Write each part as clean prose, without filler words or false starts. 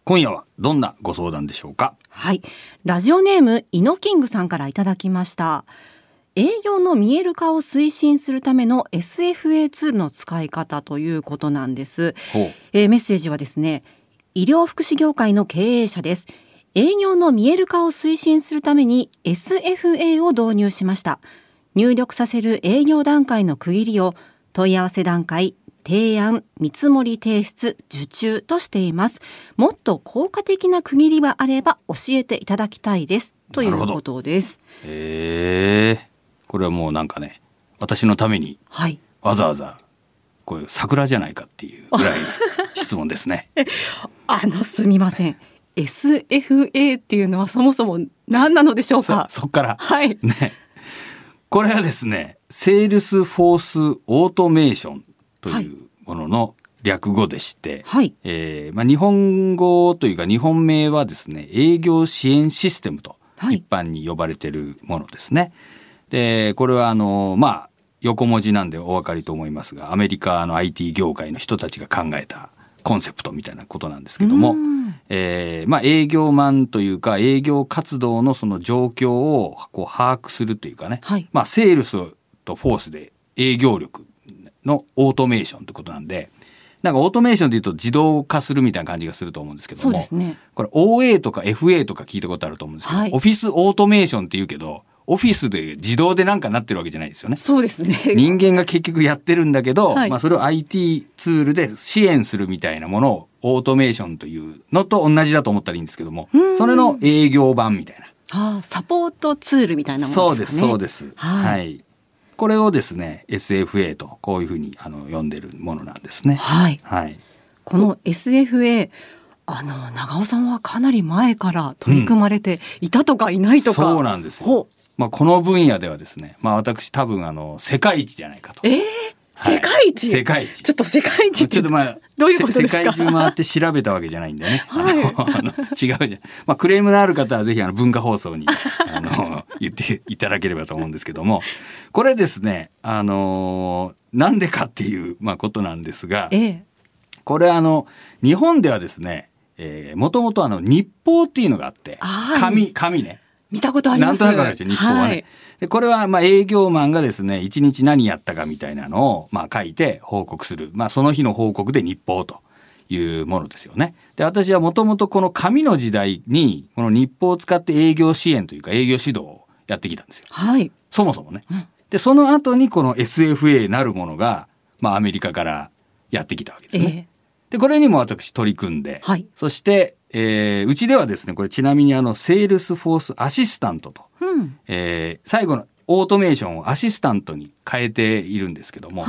今夜はどんなご相談でしょうか。 はい、ラジオネームイノキングさんからいただきました。営業の見える化を推進するための SFA ツールの使い方ということなんです。メッセージはですね、医療福祉業界の経営者です。営業の見える化を推進するために SFA を導入しました。入力させる営業段階の区切りを問い合わせ段階、提案、見積もり提出、受注としています。もっと効果的な区切りがあれば教えていただきたいですということです。 これはもうなんかね、私のためにわざわざこういう桜じゃないかっていうぐらい質問ですね。 すみません、 SFA っていうのはそもそも何なのでしょうか。 そっから、ね、これはですね、セールスフォースオートメーションというものの略語でして、日本語というか日本名はですね、営業支援システムと一般に呼ばれているものですね。でこれは横文字なんでお分かりと思いますが、アメリカの IT 業界の人たちが考えたコンセプトみたいなことなんですけども、営業マンというか営業活動のその状況をこう把握するというかね、セールスとフォースで営業力のオートメーションということなんで、なんかオートメーションでいうと自動化するみたいな感じがすると思うんですけども、これ OA とか FA とか聞いたことあると思うんですけど、オフィスオートメーションっていうけど、オフィスで自動でなんかなってるわけじゃないですよね。 そうですね。 人間が結局やってるんだけど、それを IT ツールで支援するみたいなものをオートメーションというのと同じだと思ったらいいんですけども、それの営業版みたいな、 サポートツールみたいなものですかね。 そうです。これをですね SFA とこういうふうに呼んでるものなんですね。 この SFA、長尾さんはかなり前から取り組まれていたとかいないとか。 そうなんですよ。この分野ではですね、私多分世界一じゃないかと。 世界一、 世界一、 ちょっと世界一ってどういうことですか。 世界中回って調べたわけじゃないんでね、違うじゃん。クレームのある方はぜひ文化放送に言っていただければと思うんですけども、これですね、なんでかっていう、ことなんですが、これ日本ではですね、もともと日報っていうのがあって、紙ね、 見たことあります。 なんとなくあるでしょ、日報はね。でこれは営業マンがですね、一日何やったかみたいなのを書いて報告する、その日の報告で日報というものですよね。で私はもともとこの紙の時代にこの日報を使って営業支援というか営業指導をやってきたんですよ。そもそもね。でその後にこの SFA なるものが、アメリカからやってきたわけですね。でこれにも私取り組んで、そして、うちではですね、これちなみにセールスフォースアシスタントと、最後のオートメーションをアシスタントに変えているんですけども、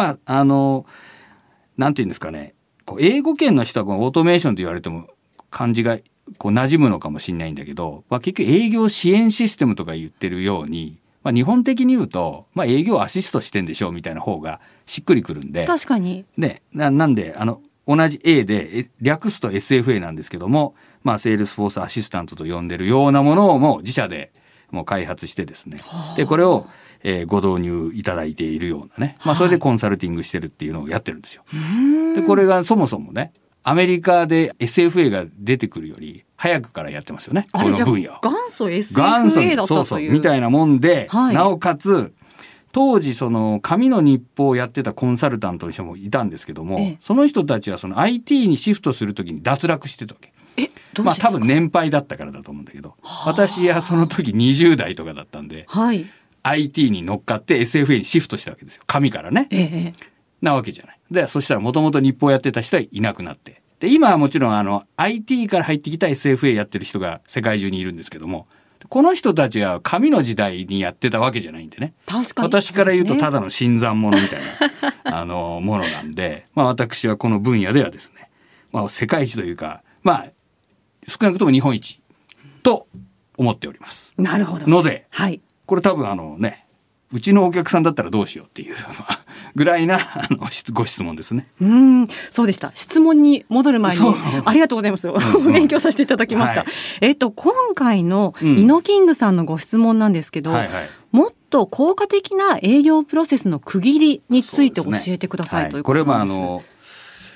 なんていうんですかね、英語圏の人はこのオートメーションと言われても漢字が馴染むのかもしれないんだけど、結局営業支援システムとか言ってるように、日本的に言うと、営業アシストしてんでしょうみたいな方がしっくりくるんで、 確かに。 なんで同じ A で略すと SFA なんですけども、セールスフォースアシスタントと呼んでるようなものをもう自社でもう開発してですね、でこれを、ご導入いただいているようなね、それでコンサルティングしてるっていうのをやってるんですよ。でこれがそもそもね、アメリカで SFA が出てくるより早くからやってますよね、この分野を。 元祖 SFA だったという、 みたいなもんで、なおかつ当時その紙の日報をやってたコンサルタントの人もいたんですけども、その人たちはその IT にシフトするときに脱落してたわけ。多分年配だったからだと思うんだけど、私はその時20代とかだったんで、IT に乗っかって SFA にシフトしたわけですよ、紙からね、なわけじゃない。でそしたらもともと日報やってた人はいなくなって、で今はもちろんIT から入ってきた SFA やってる人が世界中にいるんですけども、この人たちは紙の時代にやってたわけじゃないんでね。 確かに、 私から言うとただの新参者みたいなものなんで、私はこの分野ではですね、世界一というか、少なくとも日本一と思っております。 なるほど。 ので、これ多分うちのお客さんだったらどうしようっていうぐらいなご質問ですね。 そうでした。質問に戻る前にありがとうございます。勉強させていただきました。今回のイノキングさんのご質問なんですけど、もっと効果的な営業プロセスの区切りについて教えてくださいということなんです。 これは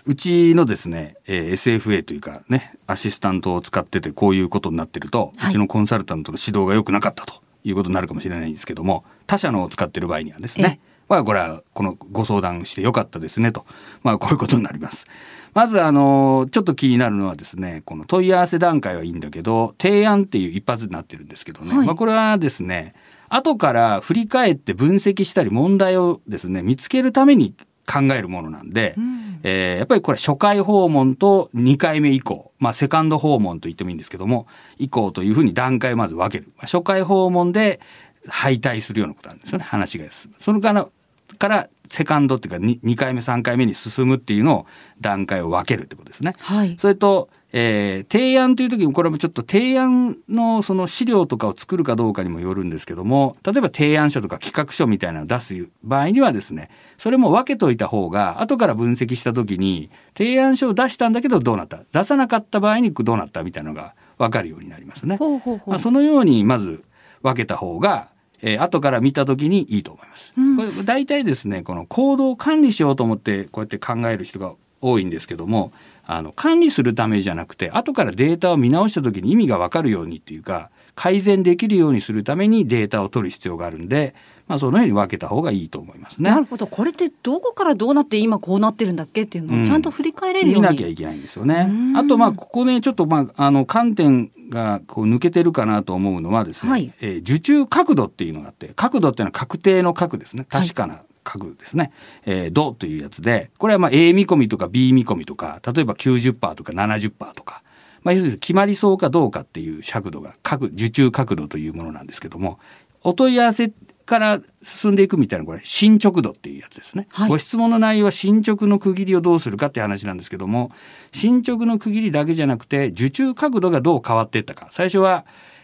うちのですね、SFA というかねアシスタントを使っててこういうことになってると、うちのコンサルタントの指導が良くなかったということになるかもしれないんですけども、他社のを使ってる場合にはですね、これはこのご相談してよかったですねと、こういうことになります。まずちょっと気になるのはですね、この問い合わせ段階はいいんだけど提案っていう一発になってるんですけどね、これはですね後から振り返って分析したり問題をですね見つけるために考えるものなんで、やっぱりこれ初回訪問と2回目以降、セカンド訪問と言ってもいいんですけども以降というふうに段階をまず分ける。初回訪問で敗退するようなことなんですよね、話がです。そのからセカンドっていうか 2回目3回目に進むっていうのを段階を分けるってことですね。それと、提案という時にこれもちょっと提案のその資料とかを作るかどうかにもよるんですけども、例えば提案書とか企画書みたいなのを出す場合にはですね、それも分けといた方が後から分析した時に提案書を出したんだけどどうなった、出さなかった場合にどうなったみたいなのが分かるようになりますね。そのようにまず分けた方が後から見た時にいいと思います。これ大体ですね、この行動を管理しようと思ってこうやって考える人が多いんですけども、管理するためじゃなくて後からデータを見直した時に意味が分かるようにっていうか改善できるようにするためにデータを取る必要があるんで、そのように分けた方がいいと思いますね。 なるほど。これってどこからどうなって今こうなってるんだっけっていうのをちゃんと振り返れるように、 見なきゃいけないんですよね。あとここねちょっと観点がこう抜けてるかなと思うのはですね、受注角度っていうのがあって、角度っていうのは確定の角ですね、確かな角ですね、度というやつで、これはA 見込みとか B 見込みとか、例えば 90% とか 70% とか、要するに決まりそうかどうかっていう尺度が受注角度というものなんですけども、お問い合わせから進んでいくみたいなこれ進捗度っていうやつですね。ご質問の内容は進捗の区切りをどうするかっていう話なんですけども、進捗の区切りだけじゃなくて受注角度がどう変わっていったか。最初は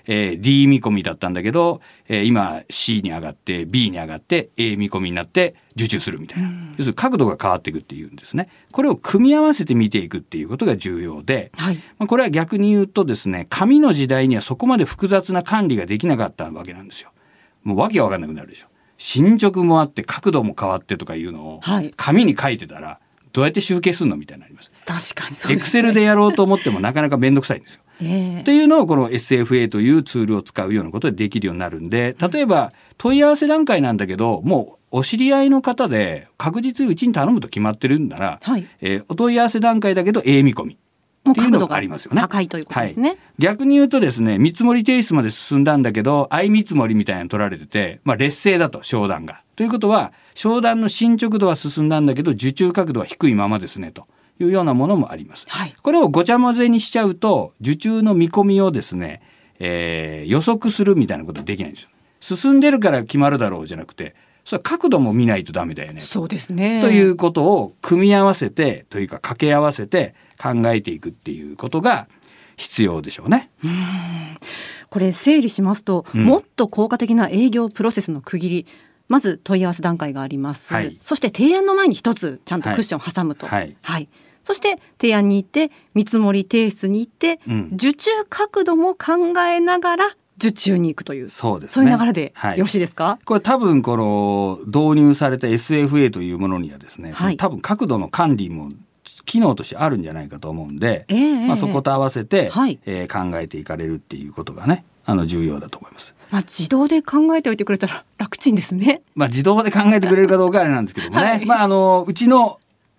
D 見込みだったんだけど、今 C に上がって B に上がって A 見込みになって受注するみたいな、要するに角度が変わっていくっていうんですね。これを組み合わせて見ていくっていうことが重要で、これは逆に言うとですね、紙の時代にはそこまで複雑な管理ができなかったわけなんですよ。もうわけわかんなくなるでしょ。進捗もあって角度も変わってとかいうのを紙に書いてたらどうやって集計するのみたいになります。 確かにそうですね。 エクセルでやろうと思ってもなかなかめんどくさいんですよ。っていうのをこの SFA というツールを使うようなことでできるようになるんで、例えば問い合わせ段階なんだけどもうお知り合いの方で確実にうちに頼むと決まってるんなら、お問い合わせ段階だけど A 見込みっていうのがありますよね。 高いということですね。 逆に言うとですね、見積もり提出まで進んだんだけど相見積もりみたいなの取られてて、劣勢だと商談が。ということは商談の進捗度は進んだんだけど受注角度は低いままですねというようなものもあります。これをごちゃ混ぜにしちゃうと受注の見込みをですね、予測するみたいなことはできないんですよ。進んでるから決まるだろうじゃなくて、それは角度も見ないとダメだよね。 そうですね。 ということを組み合わせてというか掛け合わせて考えていくっていうことが必要でしょうね。 これ整理しますと、もっと効果的な営業プロセスの区切り、まず問い合わせ段階があります。そして提案の前に一つちゃんとクッションを挟むと。そして提案に行って見積もり提出に行って、受注角度も考えながら受注に行くという、そういう流れでよろしいですか？ これ多分この導入された SFA というものにはですね、その多分角度の管理も機能としてあるんじゃないかと思うんで、そこと合わせて、考えていかれるっていうことがね重要だと思います。 自動で考えておいてくれたら楽ちんですね。 自動で考えてくれるかどうかあれなんですけどもね、うちの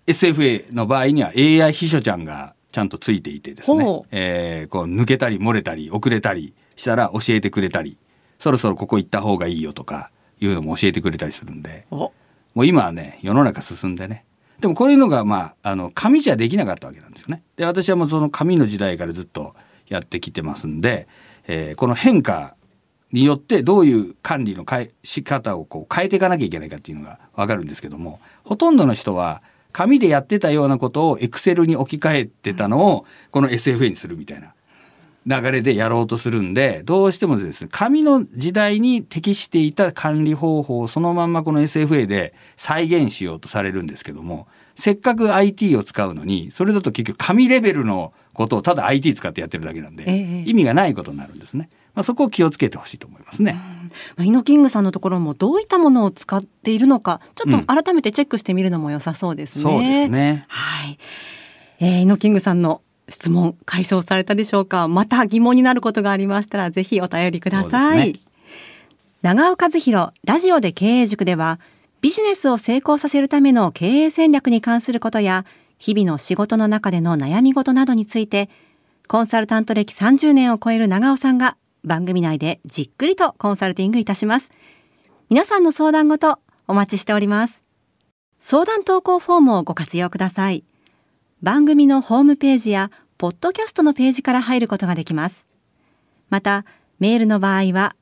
SFA の場合には AI 秘書ちゃんがちゃんとついていてですね、こう抜けたり漏れたり遅れたりしたら教えてくれたり、そろそろここ行った方がいいよとかいうのも教えてくれたりするんで、もう今はね世の中進んでね、でもこういうのが紙じゃできなかったわけなんですよね。で私はもうその紙の時代からずっとやってきてますんで、この変化によってどういう管理の仕方をこう変えていかなきゃいけないかっていうのが分かるんですけども、ほとんどの人は紙でやってたようなことをエクセルに置き換えてたのをこの SFA にするみたいな流れでやろうとするんで、どうしてもですね紙の時代に適していた管理方法をそのまんまこの SFA で再現しようとされるんですけども、せっかく IT を使うのにそれだと結局紙レベルのことをただ IT 使ってやってるだけなんで、意味がないことになるんですね。そこを気をつけてほしいと思いますね。 イノキングさんのところもどういったものを使っているのかちょっと改めてチェックしてみるのも良さそうですね。 そうですね。 イノキングさんの質問解消されたでしょうか。また疑問になることがありましたらぜひお便りください。長尾和弘ラジオで経営塾では、ビジネスを成功させるための経営戦略に関することや、日々の仕事の中での悩み事などについて、コンサルタント歴30年を超える長尾さんが番組内でじっくりとコンサルティングいたします。皆さんの相談ごとお待ちしております。相談投稿フォームをご活用ください。番組のホームページやポッドキャストのページから入ることができます。またメールの場合は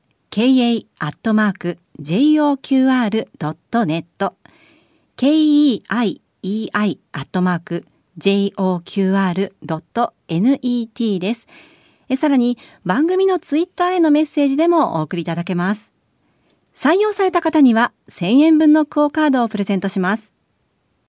kei@joqr.net keii@joqr.net です。さらに番組のツイッターへのメッセージでもお送りいただけます。採用された方には1000円分のクオカードをプレゼントします。